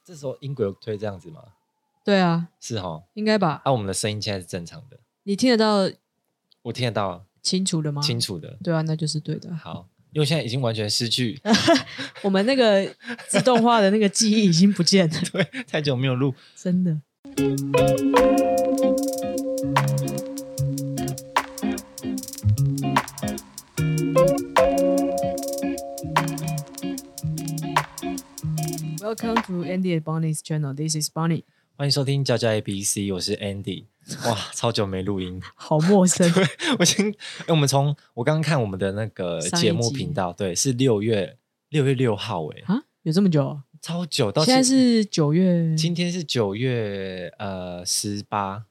这时候音轨有推这样子吗？ 对啊， 是齁， 应该吧。 我们的声音现在是正常的， 你听得到？ 我听得到， 清楚的吗？ 清楚的。 对啊，那就是对的。 好，因为现在已经完全失去我们那个自动化的那个记忆已经不见了。 对，太久没有录， 真的。Welcome to Andy and Bonnie's channel. This is Bonnie. 欢迎收听教教 ABC， 我是 Andy。哇，超久没录音， 好陌生。 对，我刚刚看我们的那个节目频道，对，是6月6号， 啊，有这么久？ 超久，到现在是9月， 今天是9月18，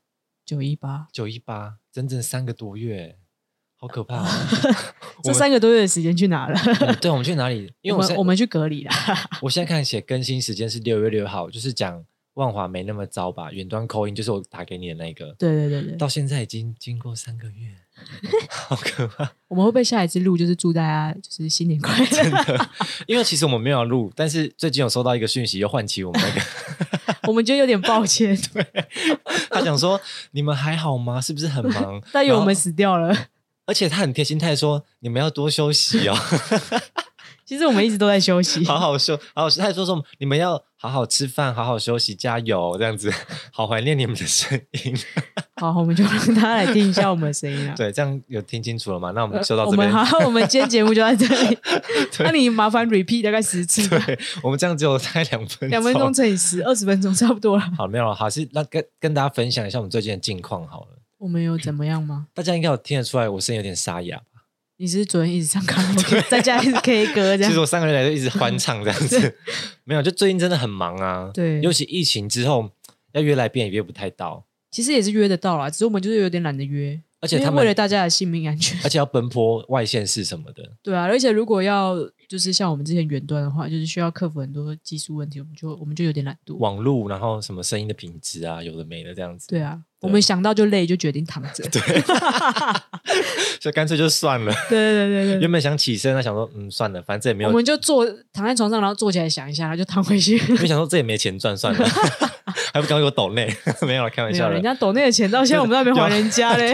918，整整3个多月，好可怕这3个多月的时间去哪了？ 对，我们去哪里？因为我们去隔离啦。 我现在看写更新时间是6月6号，就是讲万华没那么糟吧，远端call in就是我打给你的那个。 对， 到现在已经经过3个月，好可怕。 我们会不会下一次录就是祝大家就是新年快乐？ 真的，因为其实我们没有录，但是最近有收到一个讯息，又唤起我们那个我们觉得有点抱歉。 对，他讲说你们还好吗？是不是很忙？ 但以为我们死掉了。 而且他很贴心，他还说你们要多休息哦。 其实我们一直都在休息， 好好休，他还说什你们要好好吃饭，好好休息，加油，这样子，好怀念你们的声音。 好，我们就让大家来听一下我们的声音啊。 对，这样有听清楚了吗？那我们就到这边。 我们今天节目就在这里。那你麻烦 repeat 大概10次。 对，我们这样只有大概2分钟，2 分钟乘以10， 20分钟差不多了。 好，没有了，好，是那跟大家分享一下我们最近的近况好了。 我们有怎么样吗？ 大家应该有听得出来，我声音有点沙哑吧？ 你是昨天一直唱卡拉 OK， 在家一直 K 歌这样。 其实我3个月来就一直欢唱这样子，没有，就最近真的很忙啊。 对， 尤其疫情之后，要约来宾也约不太到。 其实也是约得到啦，只是我们就是有点懒得约， 而且他们为了大家的性命安全， 而且要奔波外县市什么的。 对啊，而且如果要就是像我们之前远端的话，就是需要克服很多技术问题，我们就有点懒惰。 网路，然后什么声音的品质啊，有的没的这样子。 对啊，我们想到就累，就决定躺着。 对，所以干脆就算了。 对。 原本想起身，想说算了，反正这也没有。 我们就躺在床上，然后坐起来想一下，然后就躺回去。 没想说这也没钱赚，算了，还不赶快给我抖内。没有了，开玩笑的。 人家抖内的钱到现在我们都还没还人家嘞。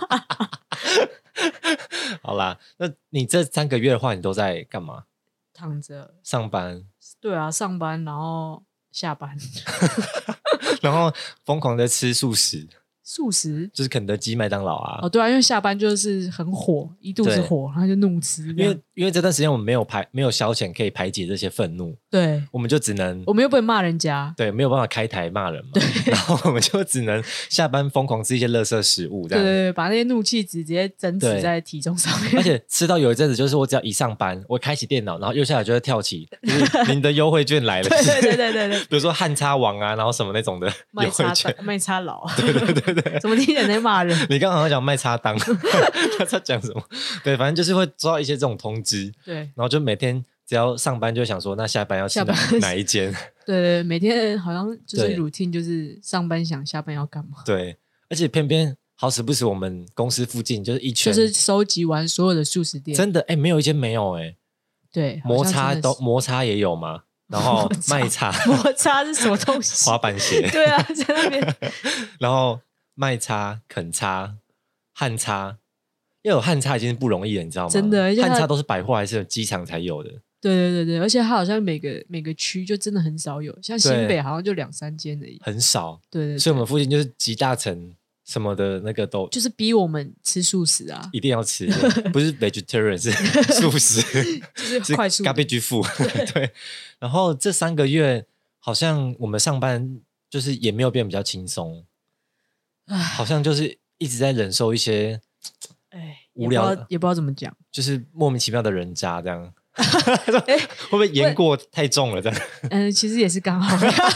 好啦，那你这3个月的话，你都在干嘛？ 躺着上班。 对啊，上班然后下班。 然后疯狂的吃素食就是肯德基麦当劳啊。 哦对啊，因为下班就是很火，一肚子火，然后就怒吃。 因为这段时间我们没有消遣可以排解这些愤怒， 对， 我们就只能， 我们又不能骂人家， 对，没有办法开台骂人嘛， 对， 然后我们就只能下班疯狂吃一些垃圾食物这样。 对，把那些怒气值直接增值在体重上面。 而且吃到有一阵子，就是我只要一上班，我开启电脑，然后右下角就会跳起就是您的优惠券来了。 对， 比如说汉叉王啊，然后什么那种的优惠券， 卖叉佬。 对， 怎么听起来在骂人？ 你刚刚好像讲卖叉当。他在讲什么？对，反正就是会收到一些这种通知， 对， 然后就每天只要上班就想说，那下班要去哪一间？ 对，每天好像就是 routine， 就是上班想下班要干嘛？ 对，而且偏偏好死不死，我们公司附近就是一圈， 就是收集完所有的素食店， 真的没有一间没有对， 摩擦也有吗？然后卖叉， 摩擦是什么东西？ 滑板鞋。 对啊，在那边。 然后卖叉、肯叉、汉叉，要有汉叉已经不容易了，你知道吗？ 真的， 汉叉都是百货还是机场才有的。 对，而且它好像每个区就真的很少有，像新北好像就2-3间而已， 很少。 对， 所以我们附近就是集大成什么的那个都就是逼我们吃素食啊， 一定要吃，不是 vegetarian 是素食， 就是快速 garbage food。对，然后这3个月好像我们上班就是也没有变比较轻松，好像就是一直在忍受一些无聊也不知道怎么讲， 就是莫名其妙的人渣这样。会不会言过太重了这样？ 其实也是刚好。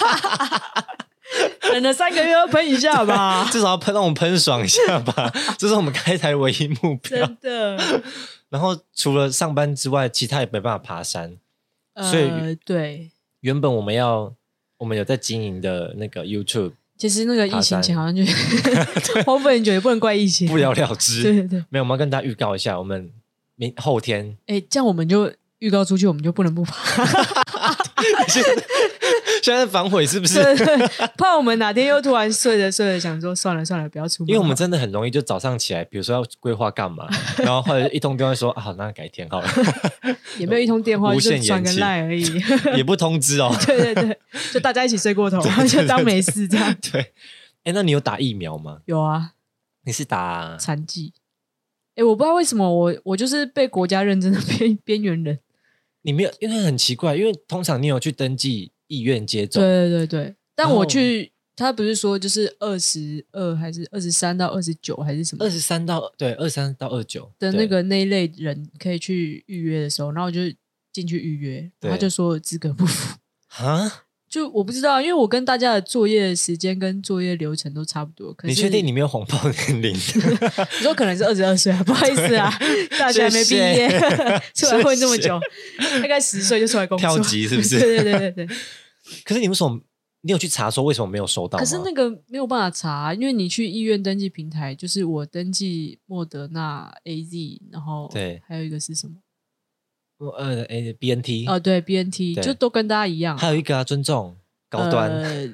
忍了3个月要喷一下吧。 至少要让我们喷爽一下吧。这是我们开台唯一目标。 真的。 然后除了上班之外，其他也没办法爬山。所以对， 原本我们有在经营的那个 YouTube， 其实那个疫情前好像就荒废很久，也不能怪疫情， 不了了之。 对， 没有，我们要跟大家预告一下，我们后天这样我们就预告出去，我们就不能不爬。 现在反悔是不是？ 对对，怕我们哪天又突然睡着睡着想说算了算了不要出门， 因为我们真的很容易就早上起来比如说要规划干嘛，然后后来一通电话说啊那改天好了， 也没有一通电话，就转个 LINE 而已， 也不通知哦。 对对对，就大家一起睡过头，就当没事这样。 对，那你有打疫苗吗？ 有啊。 你是打残疾？我不知道为什么我就是被国家认证的边缘人。 你没有，因为很奇怪，因为通常你有去登记意愿接种， 对对对对，但我去，他不是说就是22还是23到29还是什么 23到29 的那一类人可以去预约的时候，然后我就进去预约，然后他就说资格不符啊。就我不知道，因为我跟大家的作业时间跟作业流程都差不多。可是你确定你没有谎报年龄？ 你说可能是22岁啊，不好意思啊，大学还没毕业，出来混这么久，大概10岁就出来工作， 跳级是不是？ 对对对对对。 可是你为什么？你有去查说为什么没有收到吗？ 可是那个没有办法查，因为你去医院登记平台，就是我登记莫德纳 AZ， 然后对，还有一个是什么 ？BNT 对 BNT 就都跟大家一样。 还有一个尊重高端，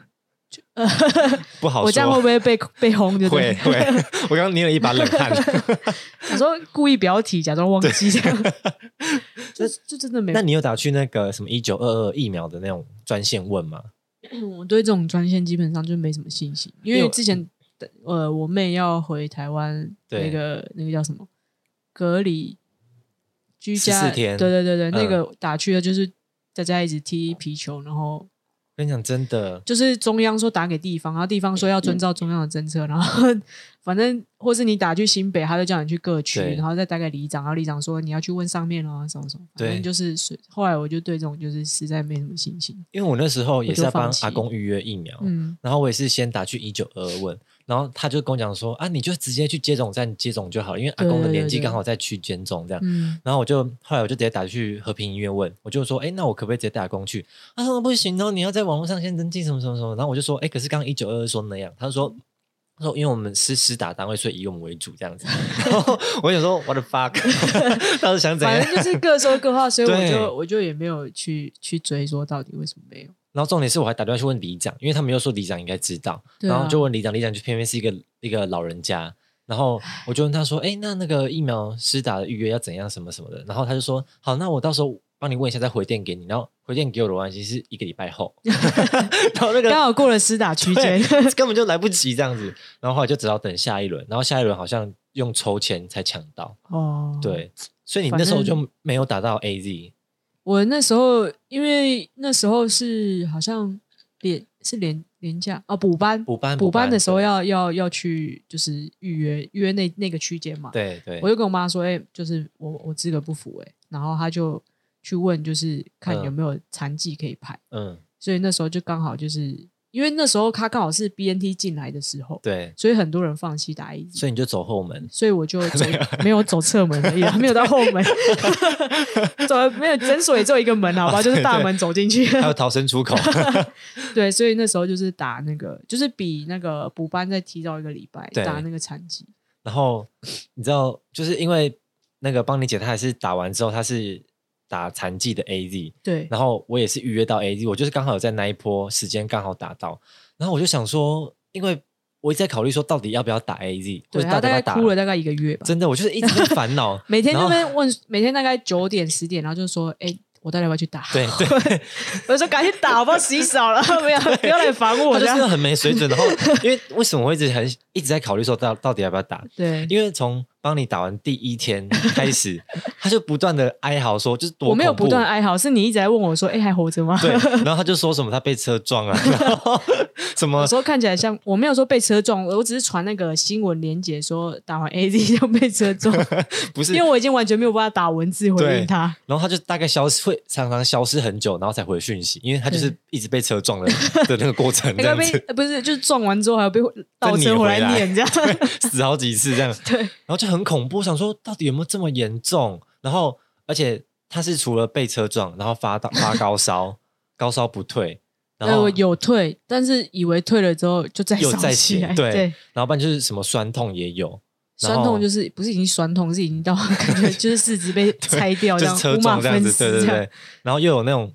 不好说。 我这样会不会被轰？ 会，我刚刚捏了一把冷汗。 我说故意不要提，假装忘记这样。就真的没有。 那你有打去那个什么1922疫苗的那种专线问吗？ 我对这种专线基本上就没什么信心，因为之前我妹要回台湾，那个叫什么隔离居家 14天， 对，那个打去的就是大家一直踢皮球，然后跟你讲真的， 就是中央说打给地方，然后地方说要遵照中央的政策，然后反正或是你打去新北，他就叫你去各区，然后再打给里长，然后里长说你要去问上面啊什么什么，反正就是后来我就对这种就是实在没什么信心， 因为我那时候也是在帮阿公预约疫苗，然后我也是先打去1922问，然后他就跟我讲说啊，你就直接去接种站接种就好了，因为阿公的年纪刚好在区间种这样，然后后来我就直接打去和平医院问，我就说那我可不可以直接带阿公去？他说不行哦，你要在网络上先登记什么什么什么，然后我就说可是刚刚1922说那样，他说因为我们是施打单位，所以以我们为主这样子。然后我想说 what the fuck， 当时想怎样？ 反正就是各说各话，所以我就也没有去追说到底为什么没有。 然后重点是我还打电话去问里长，因为他们又说里长应该知道，然后就问里长，里长就偏偏是一个老人家。然后我就问他说那个疫苗施打的预约要怎样什么什么的，然后他就说好，那我到时候帮你问一下再回电给你，然后回电给我的关系是1个礼拜后然后刚好过了施打区间根本就来不及这样子，然后后来就只好等下一轮，然后下一轮好像用抽签才抢到对，所以你那时候就没有打到 AZ。 我那时候因为那时候是好像连假补班的时候要去就是预约那个区间嘛， 对， 我就跟我妈说就是我资格不符然后她就去问就是看有没有残疾可以排，所以那时候就刚好就是因为那时候他刚好是 BNT 进来的时候， 对， 所以很多人放弃打 AZ， 所以你就走后门， 所以我就没有走侧门而已，没有到后门没有诊所也只有一个门好吧，就是大门走进去还有逃生出口对，所以那时候就是打那个就是比那个补班再提早1个礼拜打那个残疾， 然后你知道就是因为那个邦尼姐她还是打完之后她是打残疾的 AZ， 对， 然后我也是预约到 AZ， 我就是刚好有在那一波时间刚好打到，然后我就想说，因为我一直在考虑说到底要不要打 AZ， 对，他大概哭了大概1个月吧， 真的，我就是一直在烦恼每天那边问，每天大概9点10点，然后就说我到底要不要去打？ 对， 我说赶紧打，我不要洗澡了，不要来烦我。 他就是很没水准，然后因为为什么我一直在考虑说到底要不要打？ 对， 因为从帮你打完第1天开始，他就不断的哀嚎说，就是多恐怖。 我没有不断哀嚎，是你一直在问我说，还活着吗？ 对，然后他就说什么他被车撞啊，然后什么， 有时候看起来像我没有说被车撞，我只是传那个新闻连结说打完 AZ 就被车撞， 不是， 因为我已经完全没有办法打文字回应他。 然后他就大概会常常消失很久，然后才回讯息，因为他就是一直被车撞的那个过程这样子， 不是，就是撞完之后还要被倒车回来撵这样， 死好几次这样， 对， 然后就很恐怖，想说到底有没有这么严重？然后而且他是除了被车撞，然后发高烧，高烧不退，然后有退，但是以为退了之后就再烧起来，对， 然后不然就是什么酸痛也有。 酸痛就是不是已经酸痛，是已经到感觉就是四肢被拆掉， 就是车撞这样子，对，然后又有那种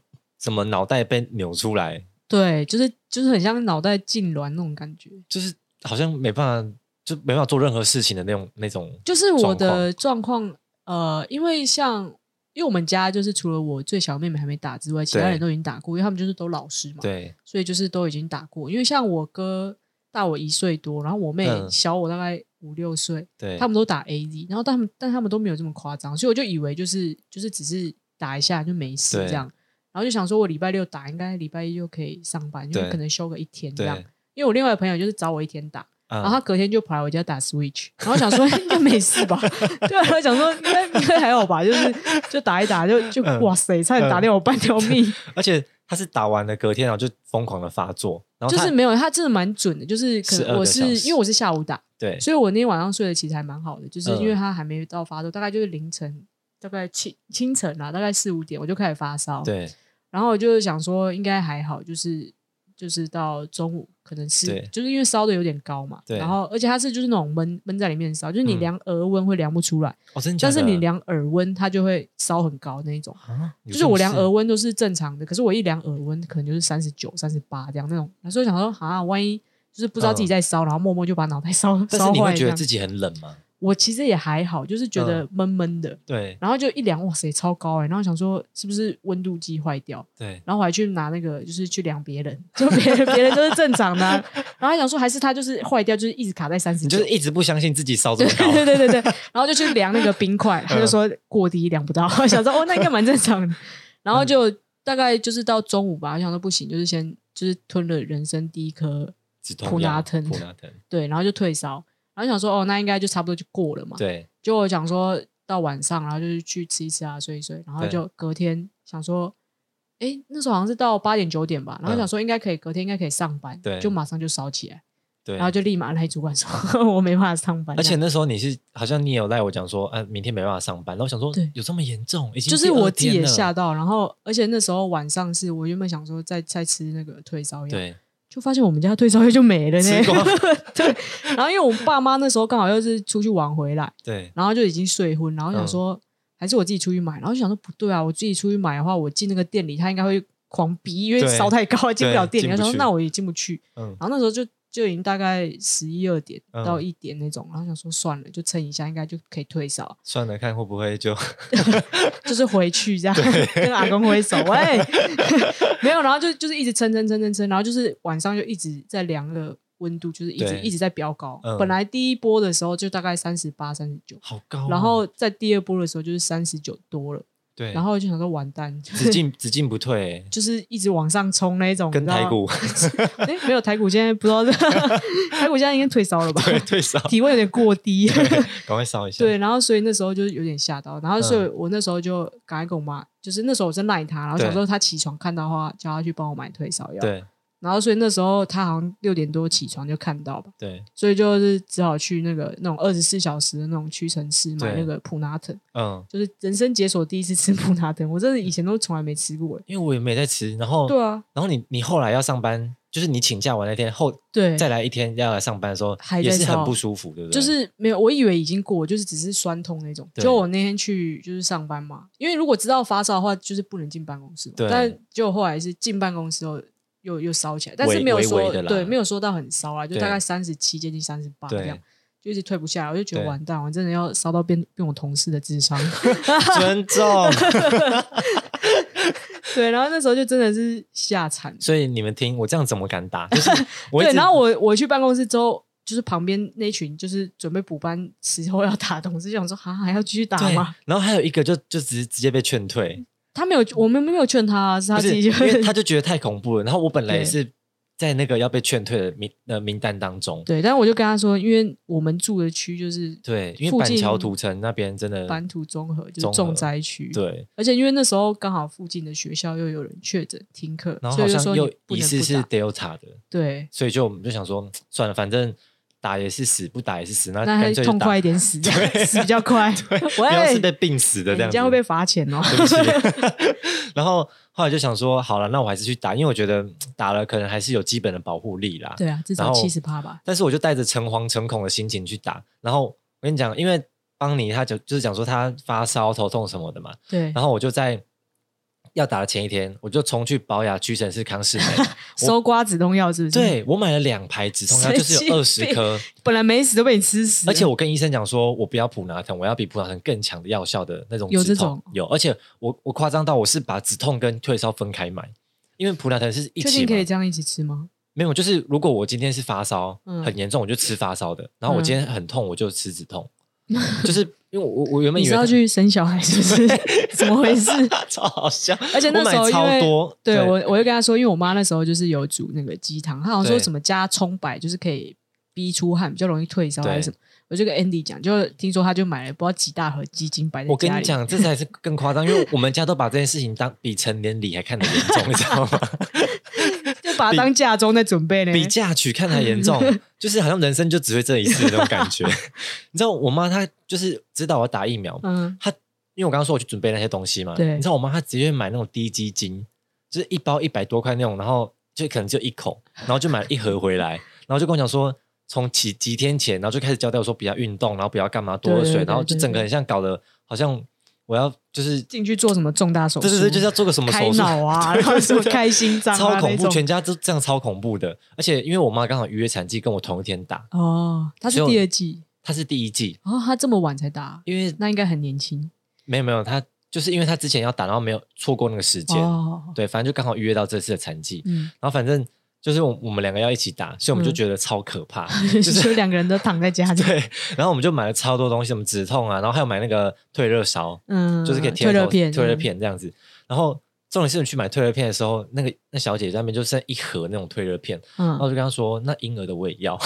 什么脑袋被扭出来， 对，就是很像脑袋痉挛那种感觉， 就是好像没办法做任何事情的那种， 就是我的状况，因为我们家就是除了我最小的妹妹还没打之外，其他人都已经打过，因为他们就是都老师嘛， 对， 所以就是都已经打过。因为像我哥大我1岁多，然后我妹小我大概5、6岁， 对， 他们都打 AZ， 然后但他们都没有这么夸张，所以我就以为就是只是打一下就没事这样，然后就想说我礼拜6打，应该礼拜1就可以上班，因为可能休个1天这样。因为我另外的朋友就是早我1天打。然后他隔天就跑来我家打 Switch， 然后想说应该没事吧？对啊，想说应该还好吧，就打一打就哇塞，差点打掉我半条命。 而且他是打完了隔天然后就疯狂的发作，然后就是没有，他真的蛮准的，就是可能因为我是下午打， 对， 所以我那天晚上睡的其实还蛮好的，就是因为他还没到发作，大概就是凌晨，大概清晨啦，大概4、5点我就开始发烧， 对， 然后我就想说应该还好，就是到中午可能是就是因为烧的有点高嘛，然后而且它是就是那种闷在里面烧，就是你量额温会量不出来， 真的假的？ 但是你量耳温它就会烧很高那一种，就是我量额温都是正常的，可是我一量耳温可能就是39、38这样那种，所以想说万一就是不知道自己在烧，然后默默就把脑袋烧坏。 但是你会觉得自己很冷吗？ 我其实也还好，就是觉得闷闷的， 对， 然后就一量，哇塞，超高然后想说是不是温度计坏掉？ 对， 然后我还去拿那个，就是去量别人，就别人都是正常的然后还想说还是他就是坏掉，就是一直卡在39， 你就是一直不相信自己烧这么高， 对，然后就去量那个冰块，他就说过低量不到，想说那应该蛮正常的，然后就大概就是到中午吧，我想说不行，就是先就是吞了人生第一颗普拿疼，对，然后就退烧。然后想说那应该就差不多就过了嘛， 对， 就我想说到晚上然后就是去吃一吃睡一睡，然后就隔天想说那时候好像是到8点9点吧，然后想说应该可以隔天应该可以上班，就马上就烧起来，对，然后就立马赖主管说我没办法上班， 而且那时候好像你也有赖我讲说明天没办法上班，然后我想说有这么严重，已经就是我自己也吓到，然后而且那时候晚上是我原本想说再吃那个退烧药， 对， 就发现我们家退烧药就没了呢对，然后因为我爸妈那时候刚好又是出去玩回来， 对， 然后就已经睡昏，然后想说还是我自己出去买，然后就想说不对啊，我自己出去买的话我进那个店里他应该会狂逼，因为烧太高进不了店里，然后想说那我也进不去，然后那时候就已经大概11、2点到1点那种，然后想说算了就撑一下应该就可以退烧， 算了看会不会就是回去这样跟阿公挥手喂没有，然后就是一直撑，然后就是晚上就一直在量了温度，就是一直在飙高，本来第一波的时候就大概38、39， 好高然后在第二波的时候就是39多了，对，然后就想说完蛋， 只进不退就是一直往上冲那种， 跟台股没有，台股现在不知道台股现在应该退烧了吧， 对，退烧， 体温有点过低赶快烧一下， 对，然后所以那时候就有点吓到，然后所以我那时候就赶快跟我妈，就是那时候我真赖她，然后想说她起床看到的话叫她去帮我买退烧药，对，然后所以那时候她好像6点多起床就看到吧，对，所以就是只好去那种24小时的那种屈臣氏买那个普拿疼，就是人生解锁第一次吃普拿疼，我真的以前都从来没吃过， 因为我也没在吃，然后对啊， 然后你后来要上班，就是你请假完那天对再来1天要来上班的时候也是很不舒服，对不对？ 就是没有，我以为已经过，就是只是酸痛那种。就我那天去就是上班嘛，因为如果知道发烧的话，就是不能进办公室嘛。但就后来是进办公室后又烧起来，但是没有说对，没有说到很烧啦，就大概37接近38这样，就一直退不下来，我就觉得完蛋，我真的要烧到变我同事的智商。 尊重。 对，然后那时候就真的是吓惨。 所以你们听我这样怎么敢打？就是对，然后我去办公室之后，就是旁边那群就是准备补班时候要打的同事，就想说还要继续打吗？ 然后还有一个就直接被劝退。 他没有，我们没有劝他，是他自己就， 因为他就觉得太恐怖了。然后我本来也是在那个要被劝退的名单当中。对， 但我就跟他说，因为我们住的区就是对，因为板桥土城那边真的板土综合就是重灾区。 对， 而且因为那时候刚好附近的学校又有人确诊停课， 然后好像又疑似是 Delta 的，对，所以我们就想说算了，反正打也是死，不打也是死，那干脆痛快一点死，死比较快。 不要是被病死的这样子， 你这样会被罚钱哦。 对不起。然后后来就想说，好了，那我还是去打，因为我觉得打了可能还是有基本的保护力啦。 对啊，至少70%吧。 但是我就带着诚惶诚恐的心情去打。然后我跟你讲，因为邦尼他就是讲说他发烧、头痛什么的嘛。对。然后我就在要打的前一天，我就冲去宝雅屈臣氏康士美收刮止痛药，是不是？ 对，我买了2排止痛药，就是有20颗， 本来没死都被你吃死。 而且我跟医生讲说，我不要普拿疼，我要比普拿疼更强的药效的那种止痛。 有这种？ 有，而且我夸张到我是把止痛跟退烧分开买，因为普拿疼是一起嘛。 确定可以这样一起吃吗？ 没有，就是如果我今天是发烧很严重，我就吃发烧的，然后我今天很痛，我就吃止痛。就是因为我原本以为你是要去生小孩是不是？怎么回事？ 超好笑！ 而且那时候因为超多， 对我就跟他说，因为我妈那时候就是有煮那个鸡汤，她好像说什么加葱白就是可以逼出汗，比较容易退烧还是什么。我就跟 Andy 讲，就听说他就买了不知道几大盒鸡精摆在家里。 我跟你讲，这才是更夸张，因为我们家都把这件事情当比成年礼还看得严重，你知道吗？ 就把它当嫁妆在准备呢， 比嫁娶看得还严重，就是好像人生就只会这一次的那种感觉。你知道我妈她就是知道我要打疫苗，她因为我刚刚说我去准备那些东西嘛，你知道我妈她直接买那种滴鸡精，就是一包100多块那种，然后就可能就1口，然后就买了1盒回来，然后就跟我讲说，从几天前，然后就开始交代我说不要运动，然后不要干嘛，多喝水，然后就整个很像搞得好像我要就是进去做什么重大手术， 对，就是要做个什么手术， 开脑啊，然后什么开心脏啊， 超恐怖，全家都这样超恐怖的。而且因为我妈刚好预约产季跟我同一天打， 哦，她是第2剂， 她是第1剂， 哦，她这么晚才打， 因为那应该很年轻。 没有，她就是因为她之前要打，然后没有错过那个时间，对，反正就刚好预约到这次的产季，然后反正。就是我们2个要一起打，所以我们就觉得超可怕， 就是2个人都躺在家里。 对，然后我们就买了超多东西，什么止痛啊，然后还有买那个退热烧，就是可以贴退热片这样子。然后重点是你去买退热片的时候，那小姐在那边就剩1盒那种退热片，然后就跟她说，那婴儿的我也要，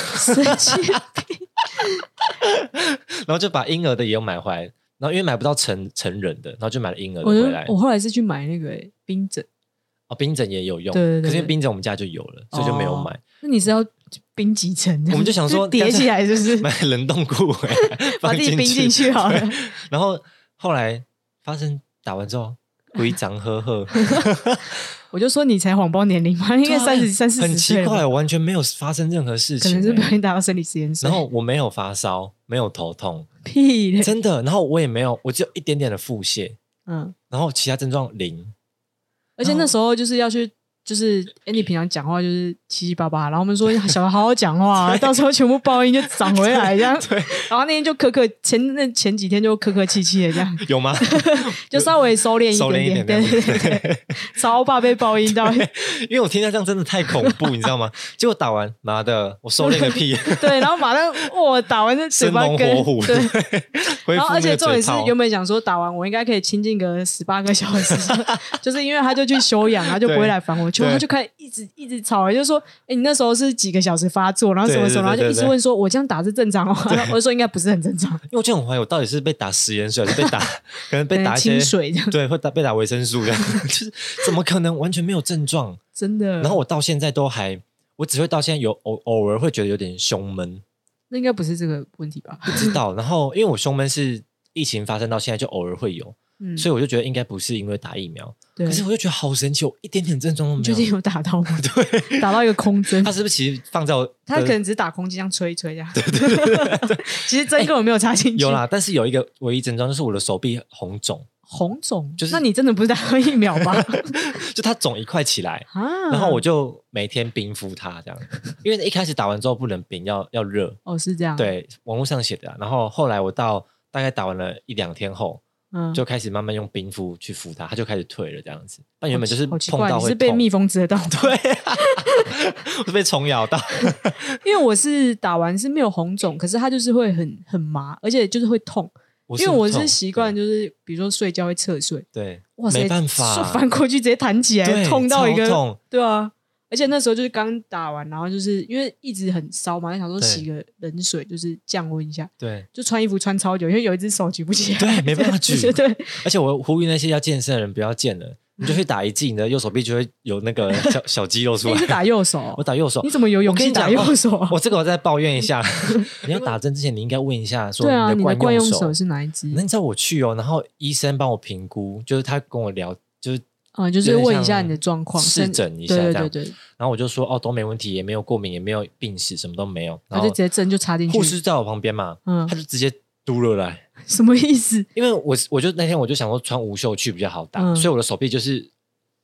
然后就把婴儿的也有买回来，然后因为买不到成人的，然后就买了婴儿的回来。 我后来是去买那个冰枕。 哦，冰枕也有用， 对， 可是因为冰枕我们家就有了，所以就没有买。 那你是要冰几层？ 我们就想说叠起来，就是买冷冻库， 把自己冰进去好了。 然后后来发生打完之后，规章呵呵， 我就说你才谎报年龄嘛，应该30、40岁， 很奇怪，我完全没有发生任何事情， 可能是不小心打到生理实验室。 然后我没有发烧，没有头痛， 屁嘞， 真的。然后我也没有，我只有一点点的腹泻，然后其他症状0。 而且那时候就是要去。就是你平常讲话就是七七八八，然后我们说小孩好好讲话，到时候全部爆音就长回来这样。 对， 然后那天就前几天就客客气气的这样。 有吗？ 就稍微收敛一点点，对，超怕被爆音到。 因为我听到这样真的太恐怖，你知道吗？结果打完，妈的，我收敛个屁！ 对，然后马上我打完这嘴巴生龙活虎， 对。然后而且重点是原本想说打完我应该可以清静个18个小时，就是因为他就去休养，他就不会来烦我。他就开始一直吵，就说：“你那时候是几个小时发作，然后什么什么，然后就一直问说：我这样打是正常吗？”我就说：“应该不是很正常。” 因为我就很怀疑，我到底是被打食盐水，还是被打，可能被打一些清水这样， 对，会被打维生素这样，就是怎么可能完全没有症状？ 真的。 然后我到现在都还，我只会到现在偶尔会觉得有点胸闷， 那应该不是这个问题吧？ 不知道。然后因为我胸闷是疫情发生到现在就偶尔会有。所以我就觉得应该不是因为打疫苗，可是我就觉得好神奇，我一点点症状都没有。 你确定有打到吗？ 对， 打到一个空针。 他是不是其实放在我？ 他可能只是打空气这样吹这样。对，其实针根本没有插进去。 有啦，但是有一个唯一症状就是我的手臂红肿。 红肿？就是那你真的不是打过疫苗吧？ 就它肿一块起来，然后我就每天冰敷它这样，因为一开始打完之后不能冰，要热。 哦，是这样。 对，网络上写的。然后后来我到大概打完了1-2天后。就开始慢慢用冰敷去敷它，它就开始退了这样子。但原本就是碰到会痛， 你是被蜜蜂蛰到， 对啊，我被虫咬到。 因为我是打完是没有红肿，可是它就是会很麻，而且就是会痛。因为我是习惯就是比如说睡觉会侧睡， 对， 哇塞， 没办法， 翻过去直接弹起来，痛到一个，对啊。而且那时候就是刚打完，然后就是因为一直很烧嘛，就想说洗个冷水，就是降温一下。 对， 就穿衣服穿超久，因为有一只手举不起来， 对，没办法举。 对， 而且我呼吁那些要健身的人不要健了，你就去打1剂，你的右手臂就会有那个小肌肉出来。 你是打右手？ 我打右手。 你怎么有勇气打右手？ 我这个我再抱怨一下。你要打针之前，你应该问一下，说你的惯用手是哪一支？ 那你知道我去然后医生帮我评估，就是他跟我聊，就是就是问一下你的状况， 试诊一下这样。 对。 然后我就说都没问题，也没有过敏，也没有病史，什么都没有。 他就直接针就插进去。 护士在我旁边嘛，他就直接嘟了来。 什么意思？ 因为我就那天我就想说穿无袖去比较好打，所以我的手臂就是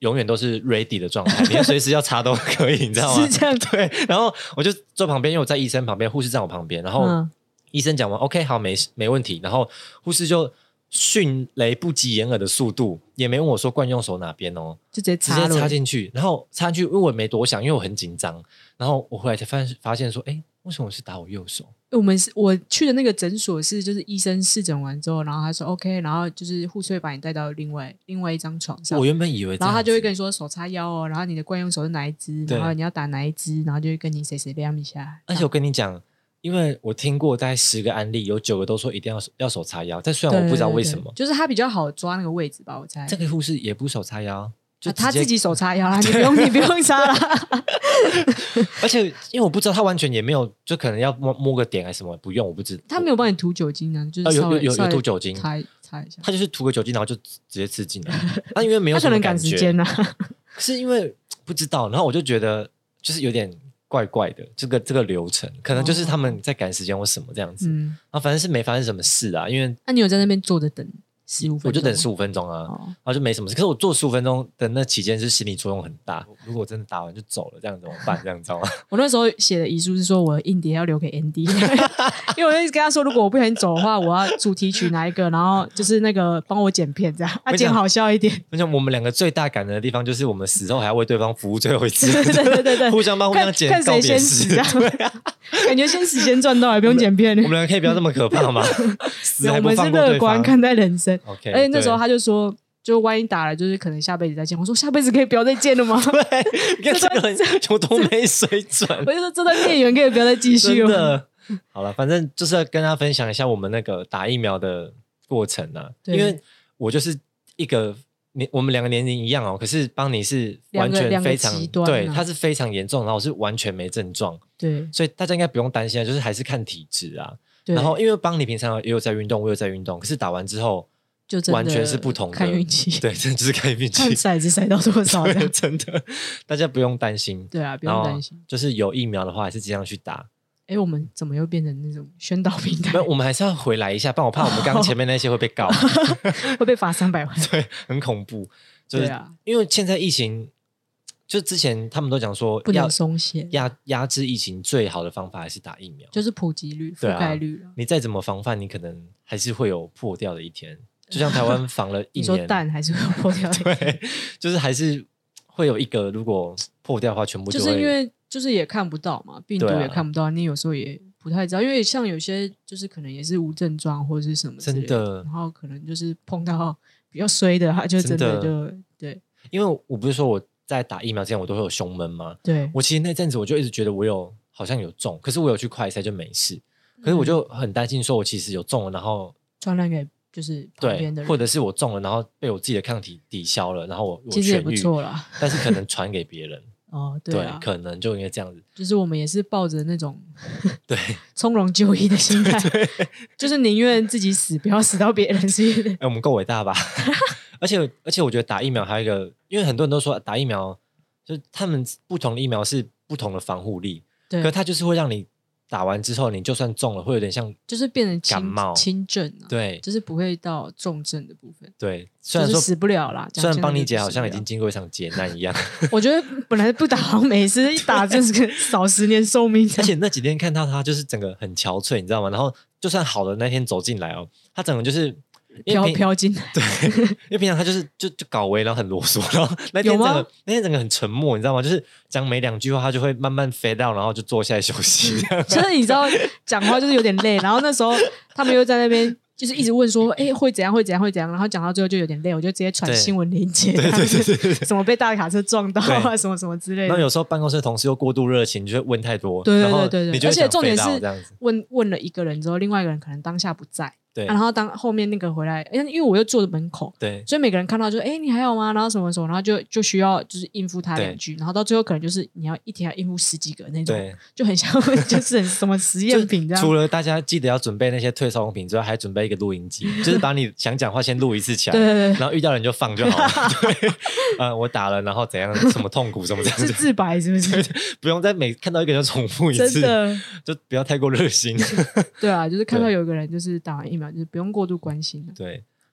永远都是 ready 的状态，你随时要插都可以，你知道吗？ 是这样。 对，然后我就坐旁边，因为我在医生旁边，护士站我旁边，然后医生讲完 OK 好，没问题，然后护士就迅雷不及掩耳的速度，也没问我说惯用手哪边哦， 就直接插进去，然后插进去，因为我没多想，因为我很紧张，然后我回来才发现说，哎，为什么我是打我右手？ 我去的那个诊所是，就是医生视诊完之后，然后他说 OK， 然后就是护士会把你带到另外一张床上。 我原本以为这样子， 然后他就会跟你说手叉腰哦，然后你的惯用手是哪一支，然后你要打哪一支，然后就会跟你谁量一下。 而且我跟你讲。因为我听过大概10个案例，有9个都说一定要手叉腰，但虽然我不知道为什么， 就是他比较好抓那个位置吧，我猜。 这个护士也不手叉腰，就他自己手叉腰啦，你不用插啦。 而且因为我不知道他完全也没有，就可能要摸个点还是什么，不用，我不知道。 他没有帮你涂酒精啊，就是有涂酒精， 擦一下。 他就是涂个酒精，然后就直接刺进来。他因为没有什么感觉， 他可能赶时间啊， 是因为不知道，然后我就觉得就是有点。怪怪的这个流程，可能就是他们在赶时间或什么这样子，然后反正是没发生什么事啊，因为你有在那边坐着等15分钟？ 我就等15分钟啊，然后就没什么事。可是我坐15分钟的那期间是心理作用很大，如果我真的打完就走了，这样怎么办？这样知道吗？ 我那时候写的遗书是说我的硬碟要留给 Andy， 因为我就一直跟他说，如果我不小心走的话，我要主题曲哪一个，然后就是那个帮我剪片这样，剪好笑一点。 而且我们两个最大感人的地方就是我们死后还要为对方服务最后一次， 对， 互相帮互相剪告别式， 感觉先死先赚到，也不用剪片。 我们两个可以不要这么可怕吗？死还不放过对方。 我们是乐观看待人生。 OK， 而且那时候他就说，就万一打了，就是可能下辈子再见。我说下辈子可以不要再见了吗？ 对，你看这个人有多没水准。 我就说这段孽缘可以不要再继续了。 真的，好了，反正就是要跟他分享一下我们那个打疫苗的过程啊，因为我就是一个。我们两个年龄一样哦，可是邦尼是完全非常对，他是非常严重，然后我是完全没症状， 对， 所以大家应该不用担心啊，就是还是看体质啊。然后因为邦尼平常也有在运动，我有在运动，可是打完之后就完全是不同的， 看运气， 对，真的就是看运气， 看骰子骰到多少， 真的，大家不用担心， 对啊，不用担心， 就是有疫苗的话，还是尽量去打。 我们怎么又变成那种宣导平台？ 我们还是要回来一下，不然我怕我们刚刚前面那些会被告， 会被罚300万， 对，很恐怖。就是因为现在疫情，就之前他们都讲说不能松懈， 压制疫情最好的方法还是打疫苗， 就是普及率、覆盖率了。 你再怎么防范，你可能还是会有破掉的一天。就像台湾防了1年， 你说蛋还是会有破掉的一天， 对，就是还是会有一个，如果破掉的话，全部就是因为就是也看不到嘛，病毒也看不到，你有时候也不太知道，因为像有些就是可能也是无症状或者是什么之类的， 真的， 然后可能就是碰到比较衰的，他就真的就对。 因为我不是说我在打疫苗之前我都会有胸闷吗？ 对， 我其实那阵子我就一直觉得我好像有中，可是我有去快筛就没事，可是我就很担心说我其实有中了，然后传染给就是旁边的人， 或者是我中了，然后被我自己的抗体抵消了，然后我其实也不错啦， 但是可能传给别人。 哦，对啊， 可能就应该这样子。 就是我们也是抱着那种对从容就医的心态，就是宁愿自己死，不要死到别人身上。 我们够伟大吧？而且我觉得打疫苗还有一个，因为很多人都说打疫苗，就是他们不同的疫苗是不同的防护力， 对， 可是它就是会让你打完之后，你就算中了，会有点像就是变成感冒轻症啊， 对， 就是不会到重症的部分。 对，虽然说死不了啦， 虽然邦尼姐好像已经经过一场劫难一样。 我觉得本来不打好像没事，一打就是少10年寿命。 而且那几天看到他就是整个很憔悴，你知道吗？然后就算好的那天走进来哦，他整个就是飘进来， 对，因为平常他就是就搞微，然后很啰嗦，然后那天整个很沉默，你知道吗？就是讲没2句话，他就会慢慢 fade out，然后就坐下来休息。 就是你知道讲话就是有点累，然后那时候他们又在那边就是一直问说，会怎样会怎样会怎样，然后讲到最后就有点累，我就直接传新闻连结， 对， 什么被大卡车撞到啊，什么什么之类的。 然后有时候办公室的同事又过度热情，就会问太多， 对， 而且重点是这样子问了一个人之后，另外一个人可能当下不在。 对， 然后当后面那个回来，因为我又坐在门口， 对， 所以每个人看到就你还好吗？然后什么什么，然后就需要就是应付他2句，然后到最后可能就是你要一天要应付10几个那种，就很像就是什么实验品这样。 除了大家记得要准备那些退烧用品之外，还准备一个录音机，就是把你想讲话先录一次起来， 对， 然后遇到人就放就好了。对，我打了，然后怎样，什么痛苦什么这样子， 是自白是不是？ 不用再每看到一个人就重复一次， 真的就不要太过热心。 对啊，就是看到有一个人就是打完疫苗，就是不用过度关心。 对，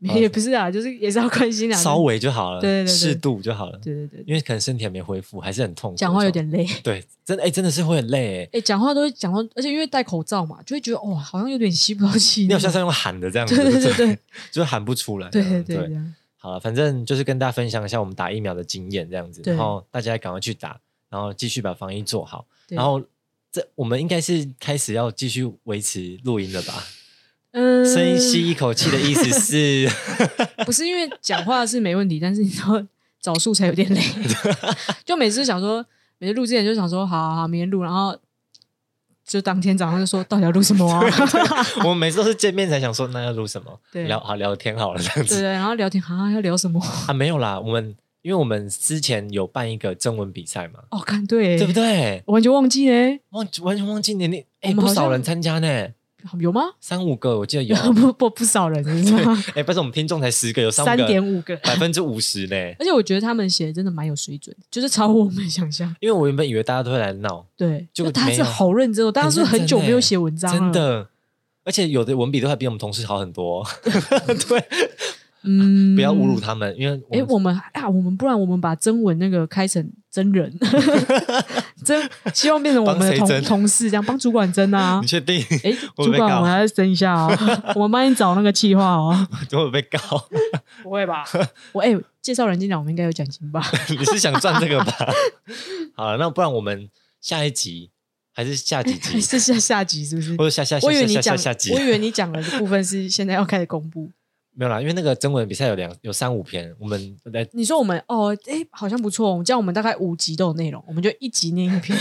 也不是啊，就是也是要关心啊， 稍微就好了， 对， 适度就好了， 对， 因为可能身体还没恢复，还是很痛苦， 讲话有点累， 对，真的是会很累， 讲话都会讲到，而且因为戴口罩嘛，就会觉得哇，好像有点吸不到气， 你好像是用喊的这样子， 对， 就喊不出来， 对， 好了，反正就是跟大家分享一下我们打疫苗的经验这样子，然后大家赶快去打，然后继续把防疫做好，然后我们应该是开始要继续维持录音了吧？深吸一口气的意思是不是因为讲话是没问题，但是你知道找素材有点累就每次想说每次录之前就想说好明天录，然后就当天早上就说到底要录什么啊我们每次都是见面才想说那要录什么，聊天好了这样子， 对，然后聊天要聊什么啊？没有啦，因为我们之前有办一个征文比赛嘛， 看对不对？ 完全忘记嘞， 完全忘记你不少人参加呢， 有吗 ？3-5个我记得有不少人是吗？ 不是我们听众才10个，有 3.5个 50%呢。 而且我觉得他们写的真的蛮有水准，就是超乎我们想象。 因为我原本以为大家都会来闹， 对，就他是好认真哦，大家是很久没有写文章了， 真的，而且有的文笔都还比我们同事好很多。对。不要侮辱他们，因为我们不然我们把征文那个开成真人希望变成我们的同事，这样帮主管征啊。 你确定？ 主管我还要征一下哦我们帮你找那个企划哦。 会被告？ 不会吧？介绍人进来我们应该有奖金吧？ 你是想赚这个吧？好了，那不然我们下一集还是下几集？ 是下集是不是？ 或者下我以为你讲的部分是现在要开始公布。 没有啦，因为那个征文比赛有3-5篇，我们你说我们好像不错，这样我们大概5集都有内容，我们就1集念1篇。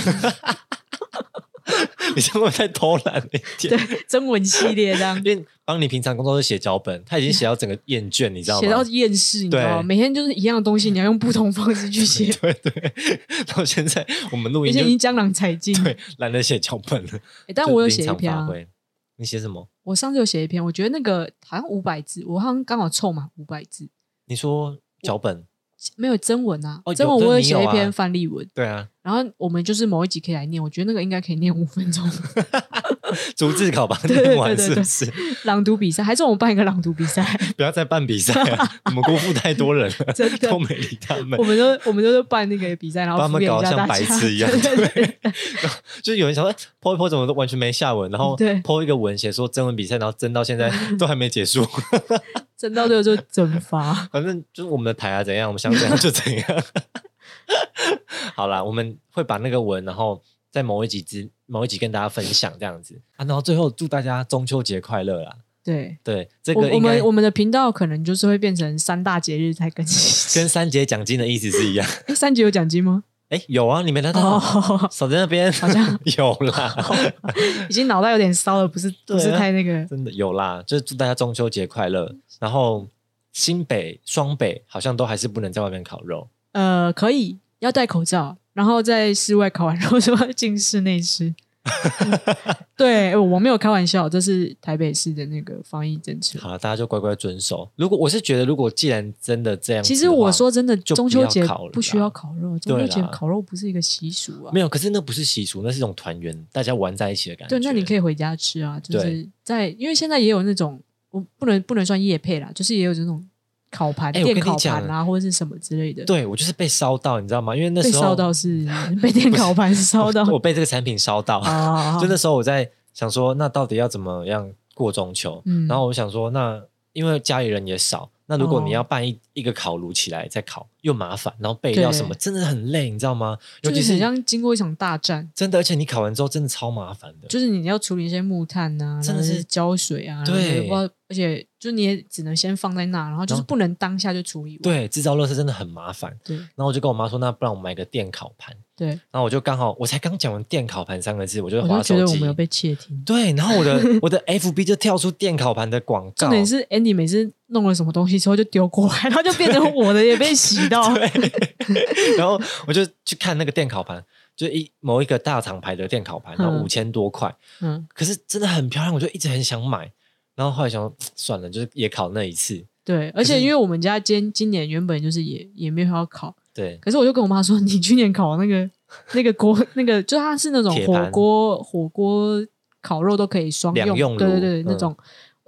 你这样会太偷懒了一点。 对，征文系列这样， 因为帮你平常工作是写脚本，他已经写到整个厌倦，你知道吗？ 写到厌世，你知道吗？每天就是一样的东西，你要用不同方式去写。 对，到现在我们录音就已经江郎才尽， 对，懒得写脚本了。 但我有写一篇啊。 你写什么？ 我上次有写一篇，我觉得那个好像500字，我好像刚好凑满500字。 你说脚本？ 没有征文啊，征文我有写一篇范例文。 对啊， 然后我们就是某一集可以来念，我觉得那个应该可以念5分钟。 逐字稿把它念完是不是？ 朗读比赛，还是我们办一个朗读比赛？ 不要再办比赛了，我们辜负太多人了，真的都没理他们。 我们都办那个比赛，然后把他们搞得像白痴一样。对，就是有人想说po 一po 怎么都完全没下文，然后po 一个文写说征文比赛，然后征到现在都还没结束。 征到最后就蒸发， 反正就是我们的台怎样，我们想怎样就怎样。好啦，我们会把那个文，然后在某一集跟大家分享这样子啊，然后最后祝大家中秋节快乐啦！对，这个我们的频道可能就是会变成3大节日才更新， 跟3节奖金的意思是一样。 3节有奖金吗？ 有啊，你没拿到？手在那边好像有啦， 已经脑袋有点烧了，不是太那个。 真的有啦，就是祝大家中秋节快乐。然后新北、双北好像都还是不能在外面烤肉。 可以，要戴口罩，然后在室外烤完肉就要进室内吃。对，我没有开玩笑，这是台北市的那个防疫政策。 好了，大家就乖乖遵守。我是觉得，如果既然真的这样子的话， 其实我说真的，中秋节不需要烤肉，中秋节烤肉不是一个习俗啊。 没有，可是那不是习俗，那是一种团圆，大家玩在一起的感觉。 对，那你可以回家吃啊，就是因为现在也有那种，我不能算业配啦，就是也有这种烤盘、电烤盘啊，或者是什么之类的。 对，我就是被烧到，你知道吗？因为那时候被烧到是被电烤盘烧到， 我被这个产品烧到。就那时候我在想说，那到底要怎么样过中秋？然后我想说，那因为家里人也少，那如果你要办一个烤炉起来再烤，又麻烦，然后备料什么，真的很累，你知道吗？尤其是很像经过一场大战， 真的，而且你烤完之后真的超麻烦的， 就是你要处理一些木炭啊，真的是浇水啊， 对， 而且就你也只能先放在那，然后就是不能当下就处理完。 对，制造垃圾真的很麻烦。对，然后我就跟我妈说，那不然我买个电烤盘。 对， 然后我才刚讲完电烤盘3个字，我就滑手机， 我就觉得我们有被窃听。 对，然后我的 FB 就跳出电烤盘的广告。 重点是 Andy 每次弄了什么东西之后就丢过来，然后就变成我的也被洗到。 对，然后我就去看那个电烤盘，就某一个大厂牌的电烤盘，然后5000多块，可是真的很漂亮，我就一直很想买。然后后来想说算了，就是也烤那一次。 对，而且因为我们家今年原本就是也没有要烤， 对。 可是我就跟我妈说，你去年烤那个锅，那个就它是那种火锅烤肉都可以双用，对，那种。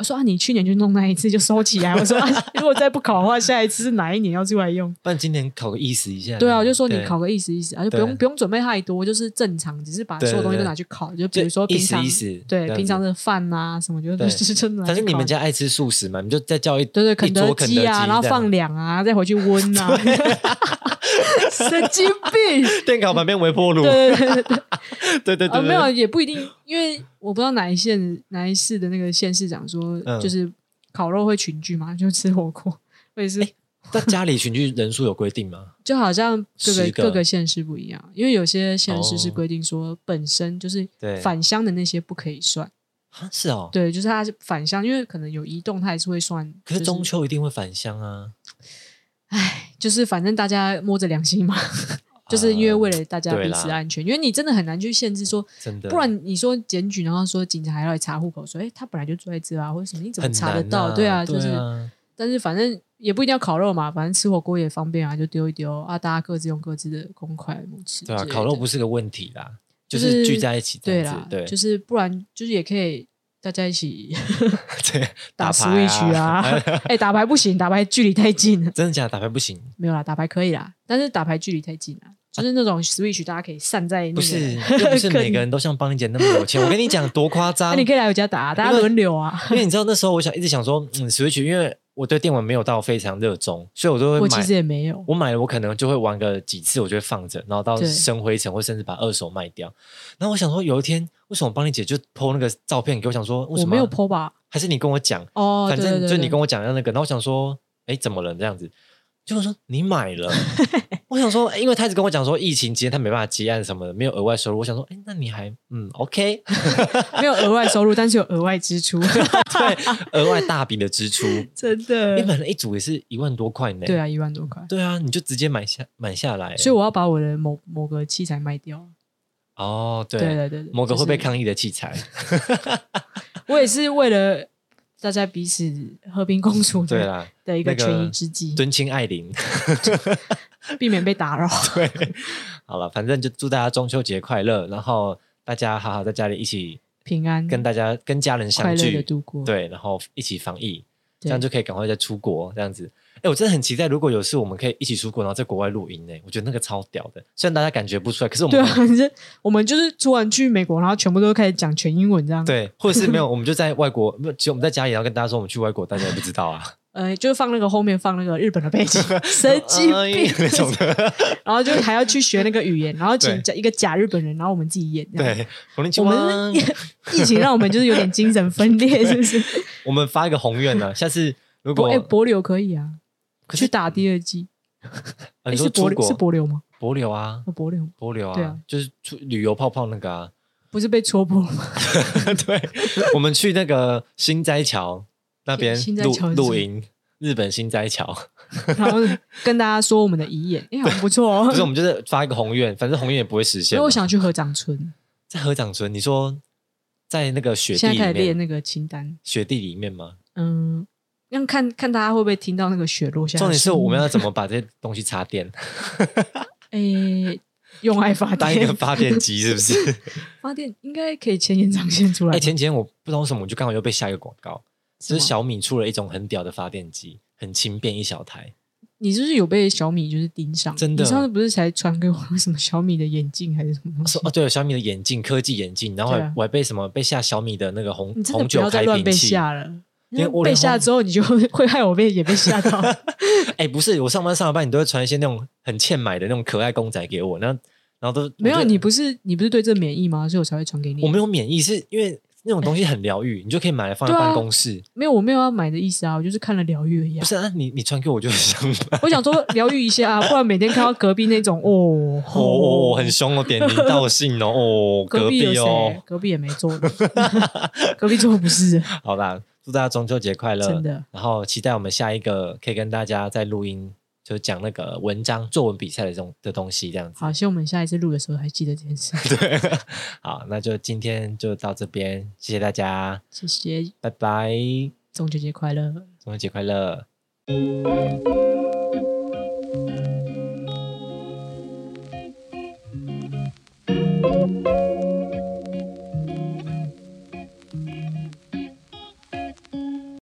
我说你去年就弄那一次就收起来。我说如果再不考的话，下一次是哪一年要出来用？ 不然今年考个意思一下。 对啊，我就说你考个意思就不用准备太多，就是正常，只是把所有东西都拿去考。就比如说平常平常的饭啊什么，就是真的。 反正你们家爱吃素食嘛，你就再叫一肯德基啊，然后放凉啊，再回去温啊。神经病！ 电烤旁边微波炉。对， 没有也不一定，因为我不知道哪一市的那个县市长说，就是烤肉会群聚嘛，就吃火锅，或者是在家里群聚人数有规定吗？ 就好像各个县市不一样，因为有些县市是规定说本身就是返乡的那些不可以算。 是哦， 对，就是他返乡，因为可能有移动，他还是会算。 可是中秋一定会返乡啊。 就是反正大家摸着良心嘛。就是因为为了大家彼此安全，因为你真的很难去限制说，真的，不然你说检举，然后说警察还要来查户口，说他本来就住在这啊，或者什么，你怎么查得到？对啊，就是，但是反正也不一定要烤肉嘛，反正吃火锅也方便啊，就丢一丢啊，大家各自用各自的公筷母匙。 对啊，烤肉不是个问题啦，就是聚在一起这样子，对， 就是不然就是也可以。大家一起打 Switch 啊！打牌不行，打牌距离太近了。 真的假的？打牌不行？ 没有啦，打牌可以啦，但是打牌距离太近了。就是那种 Switch 大家可以散在那个， 不是，又不是每个人都像邦妮姐那么有钱。我跟你讲多夸张， 你可以来我家打，大家轮流啊。 因为你知道那时候我一直想说，Switch， 因为我对电玩没有到非常热衷，所以我都会买。 我其实也没有， 我买了我可能就会玩个几次，我就会放着，然后到生灰尘，或甚至把二手卖掉。然后我想说，有一天为什么邦妮姐就 po 那个照片给我，想说为什么我没有 po 吧？ 还是你跟我讲哦， 反正就你跟我讲的那个，然后我想说，怎么了这样子？结果说你买了，我想说，因为他一直跟我讲说疫情期间他没办法接案什么的，没有额外收入。我想说，那你还OK， 没有额外收入，但是有额外支出， 对，额外大笔的支出， 真的。 你买了一组也是1万多块呢。 对啊，1万多块。 对啊，你就直接买下来， 所以我要把我的某个器材卖掉。 哦， 对， 某个会被抗议的器材。 我也是为了。大家彼此和平共处的一个权宜之计， 敦亲爱邻， 避免被打扰。 对，好了，反正就祝大家中秋节快乐，然后大家好好在家里一起平安， 跟家人相聚， 快乐的度过。 对，然后一起防疫，这样就可以赶快再出国，这样子。我真的很期待，如果有事我们可以一起出国，然后在国外录音。我觉得那个超屌的，虽然大家感觉不出来，可是我们我们就是突然去美国，然后全部都开始讲全英文这样。 对，或者是没有，我们就在外国，其实我们在家里，然后跟大家说我们去外国，大家也不知道啊。 就是放那个后面放那个日本的背景，神经病那种的， 然后就还要去学那个语言，然后请一个假日本人，然后我们自己演。 对，我们疫情让我们就是有点精神分裂，是不是？ 我们发一个宏愿呢，下次如果帛琉可以啊。去打第2季， 你说出国是帛琉吗？ 帛琉啊， 帛琉啊， 对啊， 就是旅游泡泡那个啊， 不是被戳破了吗？ 对，我们去那个新斋桥那边露营，日本新斋桥， 然后跟大家说我们的遗言，好不错哦。 不是，我们就是发一个宏愿，反正宏愿也不会实现。 因为我想去合掌村， 在合掌村，你说在那个雪地现在开始列那个清单， 雪地里面吗？ 要看大家会不会听到那个雪落下来。 重点是我们要怎么把这些东西插电？ 用爱发电， 当一个发电机是不是？ 发电应该可以牵延长线出来。 前几天我不知道为什么，我就刚好又被下一个广告，就是小米出了一种很屌的发电机，很轻便一小台。 你是不是有被小米就是盯上？ 真的， 你上次不是才传给我什么小米的眼镜还是什么东西？ 对，小米的眼镜，科技眼镜，然后我还被下小米的那个红酒开瓶器。你真的不要再乱被下了。因为被吓之后，你就会害我也被吓到。 不是，我上班，你都会传一些那种很欠买的那种可爱公仔给我，然后都没有。你不是对这免疫吗？所以我才会传给你。 我没有免疫，是因为那种东西很疗愈，你就可以买来放在办公室。 没有，我没有要买的意思啊，我就是看了疗愈而已。 不是啊，你传给我就很想买。 我想说疗愈一下啊，不然每天看到隔壁那种很凶哦，点名道姓哦， 隔壁哦，隔壁也没做的，隔壁做的不是。 好啦。祝大家中秋节快乐！ 真的， 然后期待我们下一个可以跟大家在录音，就讲那个作文比赛的这种的东西，这样子。 好，希望我们下一次录的时候还记得这件事。 对，好，那就今天就到这边，谢谢大家， 谢谢， 拜拜， 中秋节快乐， 中秋节快乐。